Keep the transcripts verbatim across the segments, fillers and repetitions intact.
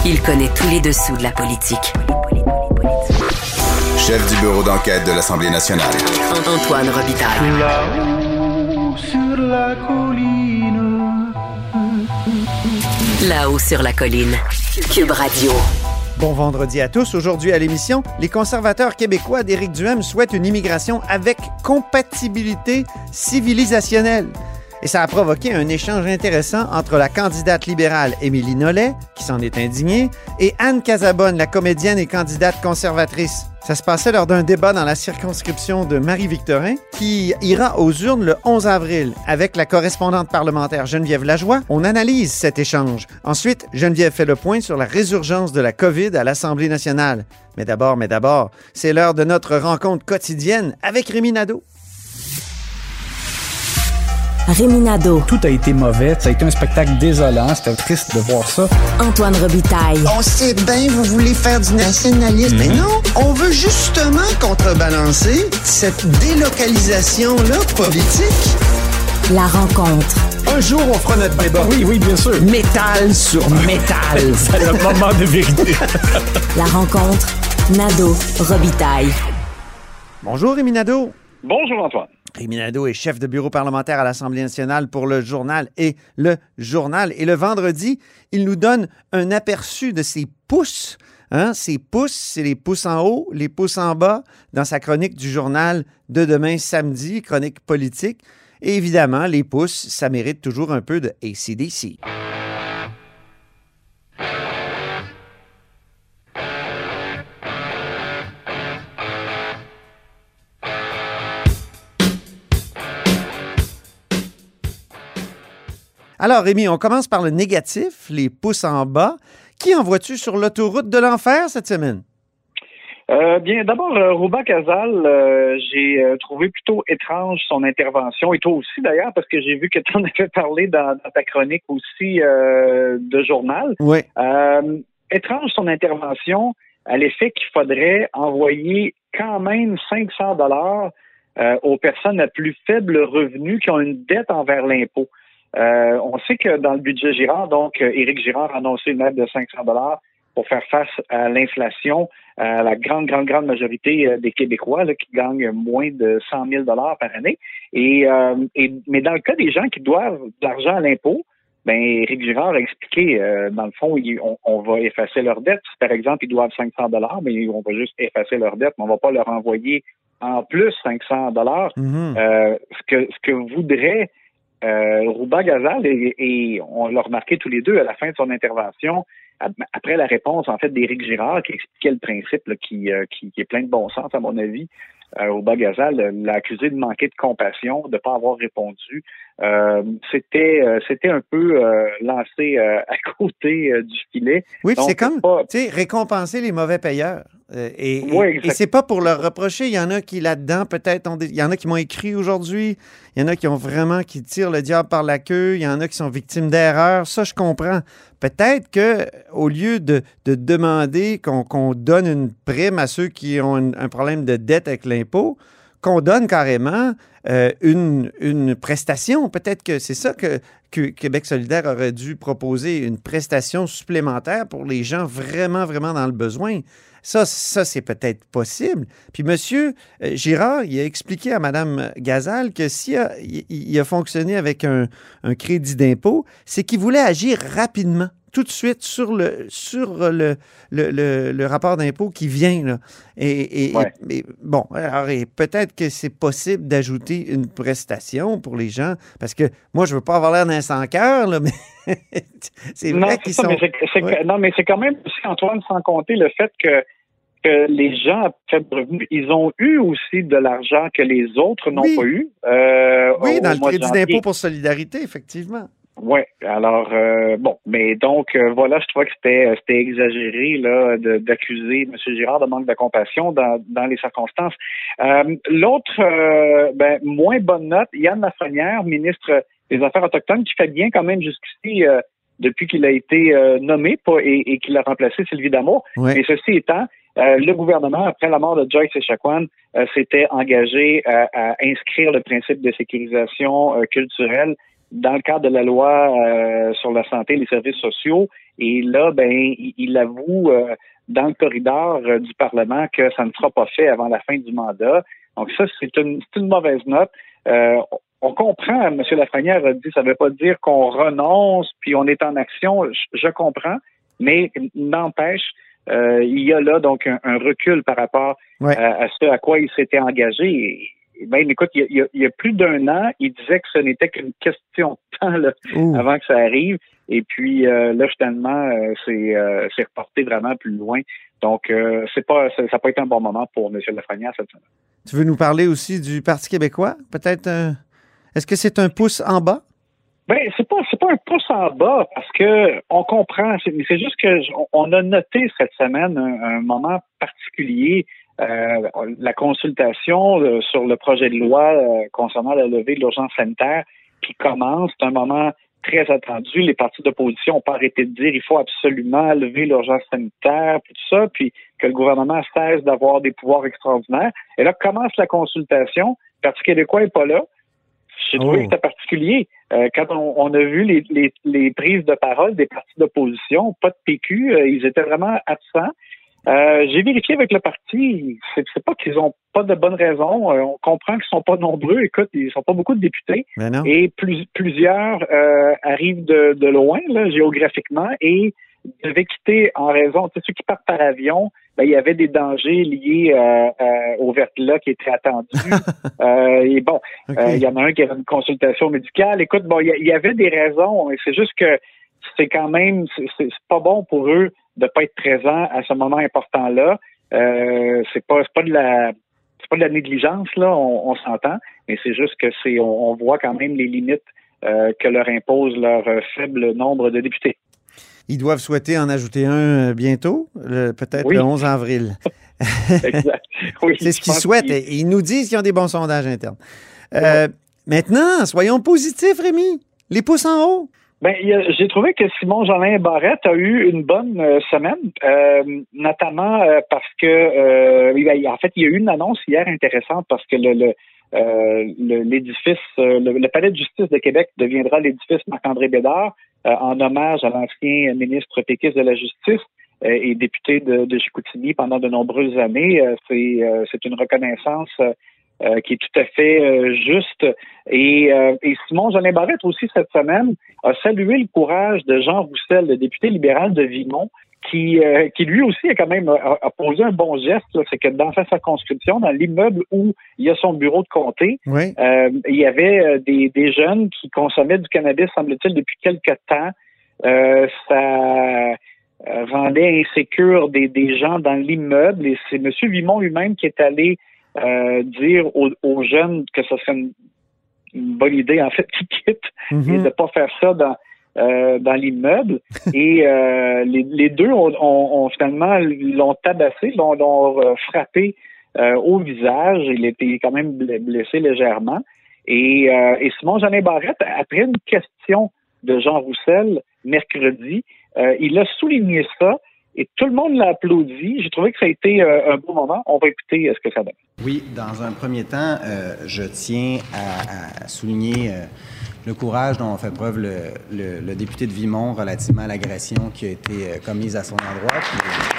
Il connaît tous les dessous de la politique. Chef du bureau d'enquête de l'Assemblée nationale. Antoine Robitaille. Là-haut sur la colline. Là-haut sur la colline. Cube Radio. Bon vendredi à tous. Aujourd'hui à l'émission, les conservateurs québécois d'Éric Duhem souhaitent une immigration avec compatibilité civilisationnelle. Et ça a provoqué un échange intéressant entre la candidate libérale Émilie Nollet, qui s'en est indignée, et Anne Casabonne, la comédienne et candidate conservatrice. Ça se passait lors d'un débat dans la circonscription de Marie-Victorin, qui ira aux urnes le onze avril. Avec la correspondante parlementaire Geneviève Lajoie, on analyse cet échange. Ensuite, Geneviève fait le point sur la résurgence de la COVID à l'Assemblée nationale. Mais d'abord, mais d'abord, c'est l'heure de notre rencontre quotidienne avec Rémi Nadeau. Rémi Nadeau. Tout a été mauvais. Ça a été un spectacle désolant. C'était triste de voir ça. Antoine Robitaille. On sait bien, vous voulez faire du nationalisme. Mm-hmm. Mais non, on veut justement contrebalancer cette délocalisation-là politique. La rencontre. Un jour, on fera notre débat. Oui, oui, bien sûr. Métal sur métal. C'est le moment de vérité. La rencontre. Nadeau. Robitaille. Bonjour, Rémi Nadeau. Bonjour, Antoine. Rémi Nadeau est chef de bureau parlementaire à l'Assemblée nationale pour le Journal et le Journal. Et le vendredi, il nous donne un aperçu de ses pouces. Hein? Ses pouces, c'est les pouces en haut, les pouces en bas, dans sa chronique du Journal de demain samedi, chronique politique. Et évidemment, les pouces, ça mérite toujours un peu de A C D C. Alors, Rémi, on commence par le négatif, les pouces en bas. Qui envoies-tu sur l'autoroute de l'enfer cette semaine? Euh, bien, d'abord, euh, Rouba Casal, euh, j'ai euh, trouvé plutôt étrange son intervention, et toi aussi d'ailleurs, parce que j'ai vu que tu en avais parlé dans, dans ta chronique aussi euh, de journal. Oui. Euh, étrange son intervention à l'effet qu'il faudrait envoyer quand même cinq cents dollars euh, aux personnes à plus faible revenu qui ont une dette envers l'impôt. Euh, on sait que dans le budget Girard, donc, Éric Girard a annoncé une aide de cinq cents dollars pour faire face à l'inflation, à la grande, grande, grande majorité des Québécois là, qui gagnent moins de cent mille dollars par année. Et, euh, et mais dans le cas des gens qui doivent de l'argent à l'impôt, ben Éric Girard a expliqué, euh, dans le fond, il, on, on va effacer leur dette. Si, par exemple, ils doivent cinq cents dollars, mais on va juste effacer leur dette, mais on va pas leur envoyer en plus cinq cents dollars. Mm-hmm. Euh, ce que ce que voudrait Euh, Rouba Casal, et, et on l'a remarqué tous les deux à la fin de son intervention, après la réponse en fait d'Éric Girard qui expliquait le principe là, qui, euh, qui, qui est plein de bon sens à mon avis. Euh, Rouba Casal l'a accusé de manquer de compassion, de ne pas avoir répondu. Euh, c'était euh, c'était un peu euh, lancé euh, à côté euh, du filet. Oui, Donc, c'est comme, pas... tu sais, récompenser les mauvais payeurs. Euh, et, oui, et, et c'est pas pour leur reprocher. Il y en a qui, là-dedans, peut-être, ont des... il y en a qui m'ont écrit aujourd'hui. Il y en a qui ont vraiment, qui tirent le diable par la queue. Il y en a qui sont victimes d'erreurs. Ça, je comprends. Peut-être que au lieu de, de demander qu'on, qu'on donne une prime à ceux qui ont un, un problème de dette avec l'impôt, qu'on donne carrément euh, une, une prestation. Peut-être que c'est ça que, que Québec solidaire aurait dû proposer, une prestation supplémentaire pour les gens vraiment, vraiment dans le besoin. Ça, ça c'est peut-être possible. Puis M. Girard, il a expliqué à Mme Casal que s'il a, il, il a fonctionné avec un, un crédit d'impôt, c'est qu'il voulait agir rapidement, tout de suite sur le sur le, le, le, le rapport d'impôt qui vient. Là. Et, et, ouais. et, et bon, alors et peut-être que c'est possible d'ajouter une prestation pour les gens, parce que moi, je veux pas avoir l'air d'un sans-cœur, là, mais c'est vrai non, qu'ils ça, sont... Mais c'est, c'est, ouais. Non, mais c'est quand même aussi, Antoine, sans compter le fait que que les gens à faible revenu, ils ont eu aussi de l'argent que les autres n'ont oui. pas eu. Euh, oui, au, dans au le mois crédit de janvier. d'impôt pour solidarité, effectivement. Oui, alors euh, bon, mais donc euh, voilà, je trouvais que c'était c'était exagéré là de, d'accuser M. Girard de manque de compassion dans, dans les circonstances. Euh, l'autre, euh, ben moins bonne note, Yann Lafrenière, ministre des Affaires autochtones, qui fait bien quand même jusqu'ici euh, depuis qu'il a été euh, nommé, pas et, et qu'il a remplacé Sylvie Damour. Oui. Mais ceci étant, euh, le gouvernement, après la mort de Joyce Echaquan, euh, s'était engagé à, à inscrire le principe de sécurisation euh, culturelle dans le cadre de la loi euh, sur la santé et les services sociaux. Et là, ben, il, il avoue euh, dans le corridor euh, du Parlement que ça ne sera pas fait avant la fin du mandat. Donc ça, c'est une, c'est une mauvaise note. Euh, on comprend, M. Lafrenière a dit, ça ne veut pas dire qu'on renonce puis on est en action. Je, je comprends, mais n'empêche, euh, il y a là donc un, un recul par rapport ouais. à, à ce à quoi il s'était engagé. Et, ben, écoute, il y, a, il y a plus d'un an, il disait que ce n'était qu'une question de temps là, avant que ça arrive. Et puis euh, là, finalement, euh, c'est, euh, c'est reporté vraiment plus loin. Donc, euh, c'est pas, ça n'a pas été un bon moment pour M. Lafrenière cette semaine. Tu veux nous parler aussi du Parti québécois? Peut-être, euh, est-ce que c'est un pouce en bas? Ben, c'est pas, c'est pas un pouce en bas parce que on comprend. C'est, c'est juste que on a noté cette semaine un, un moment particulier. Euh, la consultation euh, sur le projet de loi euh, concernant la levée de l'urgence sanitaire qui commence. C'est un moment très attendu. Les partis d'opposition n'ont pas arrêté de dire il faut absolument lever l'urgence sanitaire, puis tout ça, puis que le gouvernement cesse d'avoir des pouvoirs extraordinaires. Et là, commence la consultation. Le Parti québécois n'est pas là. J'ai trouvé oh. que c'était particulier. Euh, quand on, on a vu les, les, les prises de parole des partis d'opposition, pas de P Q, euh, ils étaient vraiment absents. Euh, j'ai vérifié avec le parti, c'est, c'est pas qu'ils ont pas de bonnes raisons. Euh, on comprend qu'ils sont pas nombreux. Écoute, ils sont pas beaucoup de députés. Et plus, plusieurs euh, arrivent de, de loin, là, géographiquement, et devaient quitter en raison. Tu sais, ceux qui partent par avion, ben, il y avait des dangers liés euh, euh, au verglas qui étaient attendus. euh, et bon, il okay. euh, y en a un qui avait une consultation médicale. Écoute, bon, il y, y avait des raisons. Et c'est juste que c'est quand même, c'est, c'est pas bon pour eux de pas être présents à ce moment important-là. Euh, c'est pas, c'est pas de la, c'est pas de la négligence là, on, on s'entend, mais c'est juste que c'est, on, on voit quand même les limites euh, que leur impose leur euh, faible nombre de députés. Ils doivent souhaiter en ajouter un euh, bientôt, le, peut-être oui. le onze avril. Exact. Oui, c'est ce qu'ils souhaitent. Qu'ils... Ils nous disent qu'ils ont des bons sondages internes. Euh, ouais. Maintenant, soyons positifs, Rémi. Les pouces en haut. Ben, a, j'ai trouvé que Simon-Jolin Barrette a eu une bonne euh, semaine, euh, notamment euh, parce que, euh, en fait, il y a eu une annonce hier intéressante parce que le, le, euh, le l'édifice, euh, le, le Palais de justice de Québec deviendra l'édifice Marc-André Bédard euh, en hommage à l'ancien ministre péquiste de la Justice euh, et député de, de Chicoutimi pendant de nombreuses années. Euh, c'est, euh, c'est une reconnaissance euh, Euh, qui est tout à fait euh, juste. Et, euh, et Simon-Jolin Barrette aussi, cette semaine, a salué le courage de Jean Roussel, le député libéral de Vimont, qui, euh, qui lui aussi a quand même a, a posé un bon geste. Là, c'est que dans sa circonscription, dans l'immeuble où il y a son bureau de comté, oui. euh, il y avait des, des jeunes qui consommaient du cannabis, semble-t-il, depuis quelque temps. Euh, ça rendait insécure des, des gens dans l'immeuble. Et c'est M. Vimont lui-même qui est allé Euh, dire aux, aux jeunes que ce serait une, une bonne idée, en fait, qu'ils quittent mm-hmm. et de ne pas faire ça dans, euh, dans l'immeuble. Et euh, les, les deux ont, ont, ont finalement l'ont tabassé, l'ont, l'ont frappé euh, au visage. Il était quand même blessé légèrement. Et, euh, et Simon-Jolin Barrette, après une question de Jean Roussel mercredi, euh, il a souligné ça. Et tout le monde l'a applaudi. J'ai trouvé que ça a été euh, un beau moment. On va écouter euh, ce que ça donne. Oui, dans un premier temps, euh, je tiens à, à souligner euh, le courage dont a fait preuve le, le, le député de Vimont relativement à l'agression qui a été euh, commise à son endroit. Puis,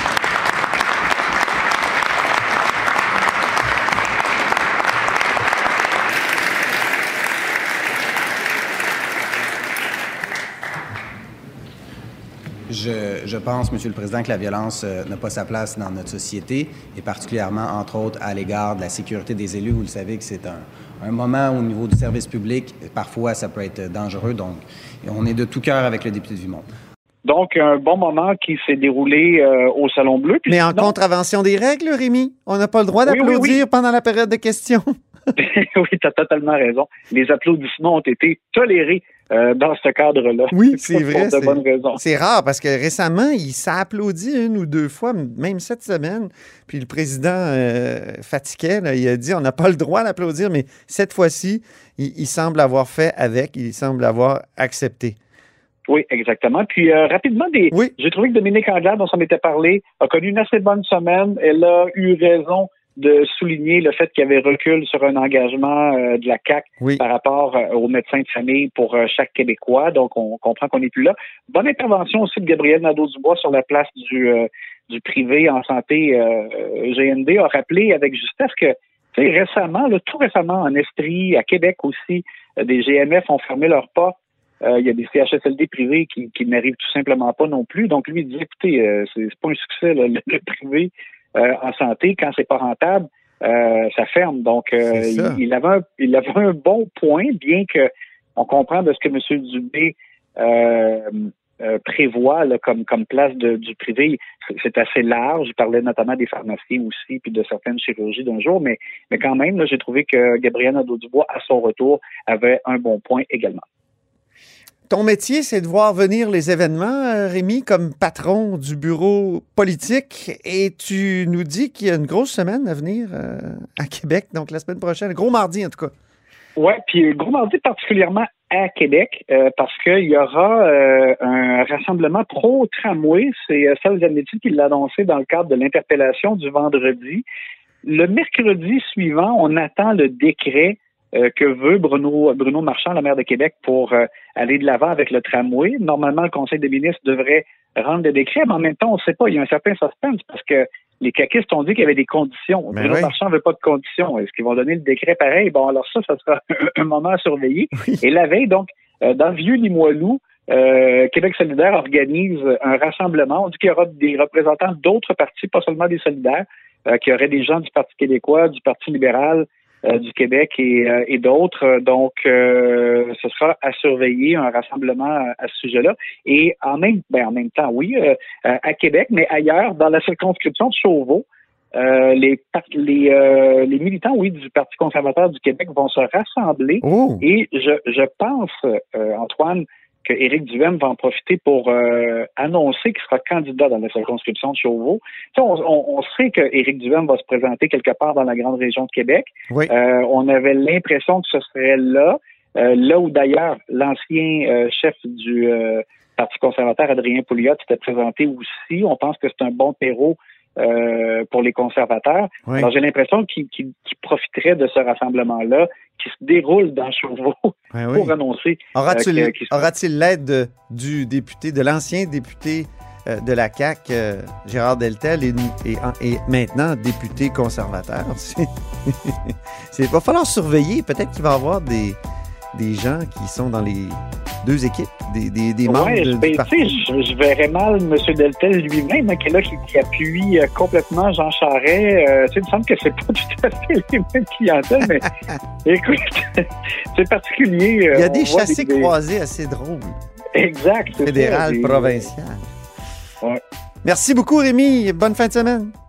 Je, je pense, Monsieur le Président, que la violence euh, n'a pas sa place dans notre société, et particulièrement, entre autres, à l'égard de la sécurité des élus. Vous le savez que c'est un, un moment au niveau du service public, parfois ça peut être dangereux, donc on est de tout cœur avec le député de Vimont. Donc, un bon moment qui s'est déroulé euh, au Salon Bleu. Mais en sinon... contravention des règles, Rémi, on n'a pas le droit d'applaudir oui, oui, oui. pendant la période de questions. Oui, tu as totalement raison. Les applaudissements ont été tolérés euh, dans ce cadre-là. Oui, c'est vrai. Pour de bonnes raisons. C'est rare parce que récemment, il s'est applaudi une ou deux fois, même cette semaine. Puis le président euh, fatiguait, là, il a dit on n'a pas le droit d'applaudir, mais cette fois-ci, il, il semble avoir fait avec, il semble avoir accepté. Oui, exactement. Puis euh, rapidement, des, oui. j'ai trouvé que Dominique Anglade, dont on s'en était parlé, a connu une assez bonne semaine. Elle a eu raison de souligner le fait qu'il y avait recul sur un engagement euh, de la C A Q oui. par rapport euh, aux médecins de famille pour euh, chaque Québécois. Donc, on comprend qu'on n'est plus là. Bonne intervention aussi de Gabriel Nadeau-Dubois sur la place du, euh, du privé en santé. Euh, G N D a rappelé avec justesse que récemment, là, tout récemment, en Estrie, à Québec aussi, euh, des G M F ont fermé leurs portes. Euh, il y a des C H S L D privés qui, qui n'arrivent tout simplement pas non plus. Donc, lui, il dit, écoutez, euh, c'est, c'est pas un succès, là, le, le privé euh, en santé. Quand c'est pas rentable, euh, ça ferme. Donc, euh, il, il, avait un, il avait un bon point, bien que on comprend de ce que M. Dubé euh, euh, prévoit là, comme, comme place de, du privé. C'est, c'est assez large. Je parlais notamment des pharmacies aussi, puis de certaines chirurgies d'un jour. Mais, mais quand même, là, j'ai trouvé que Gabriel Nadeau-Dubois, à son retour, avait un bon point également. Ton métier, c'est de voir venir les événements, Rémi, comme patron du bureau politique. Et tu nous dis qu'il y a une grosse semaine à venir euh, à Québec, donc la semaine prochaine. Gros mardi, en tout cas. Oui, puis gros mardi particulièrement à Québec, euh, parce qu'il y aura euh, un rassemblement pro-tramway. C'est euh, Saul Zanetti qui l'a annoncé dans le cadre de l'interpellation du vendredi. Le mercredi suivant, on attend le décret Euh, que veut Bruno Bruno Marchand, le maire de Québec, pour euh, aller de l'avant avec le tramway. Normalement, le Conseil des ministres devrait rendre le décret, mais en même temps, on ne sait pas. Il y a un certain suspense parce que les caquistes ont dit qu'il y avait des conditions. Mais Bruno oui. Marchand ne veut pas de conditions. Est-ce qu'ils vont donner le décret pareil? Bon, alors ça, ça sera un, un moment à surveiller. Oui. Et la veille, donc, euh, dans le vieux Limoilou, euh, Québec solidaire organise un rassemblement. On dit qu'il y aura des représentants d'autres partis, pas seulement des solidaires, euh, qu'il y aurait des gens du Parti québécois, du Parti libéral, Euh, du Québec et, euh, et d'autres. Donc, euh, ce sera à surveiller un rassemblement à, à ce sujet-là. Et en même, ben, en même temps, oui, euh, à Québec, mais ailleurs, dans la circonscription de Chauveau, euh, les, les, euh, les militants, oui, du Parti conservateur du Québec vont se rassembler. Oh. Et je, je pense, euh, Antoine, que Éric Duhaime va en profiter pour euh, annoncer qu'il sera candidat dans la circonscription de Chauveau. On, on, on sait que Éric Duhaime va se présenter quelque part dans la grande région de Québec. Oui. Euh, on avait l'impression que ce serait là, euh, là où d'ailleurs l'ancien euh, chef du euh, Parti conservateur, Adrien Pouliot, s'était présenté aussi. On pense que c'est un bon terreau euh, pour les conservateurs. Oui. Alors j'ai l'impression qu'il, qu'il, qu'il profiterait de ce rassemblement-là qui se déroule dans Chauveau oui, pour oui. annoncer. Aura-t-il, euh, aura-t-il l'aide de, du député, de l'ancien député euh, de la C A Q, euh, Gérard Deltel, et, et, et maintenant député conservateur? Il va falloir surveiller. Peut-être qu'il va y avoir des, des gens qui sont dans les deux équipes, des, des, des membres ouais, de, ben, du parti. Je, je verrais mal M. Deltel lui-même, hein, qui est là, qui, qui appuie euh, complètement Jean Charest. Euh, il me semble que c'est pas tout à fait les mêmes clientèles, mais écoute, c'est particulier. Il y a des chassés des... croisés assez drôles. Exact. Fédéral, provincial. Ouais. Merci beaucoup, Rémi. Bonne fin de semaine.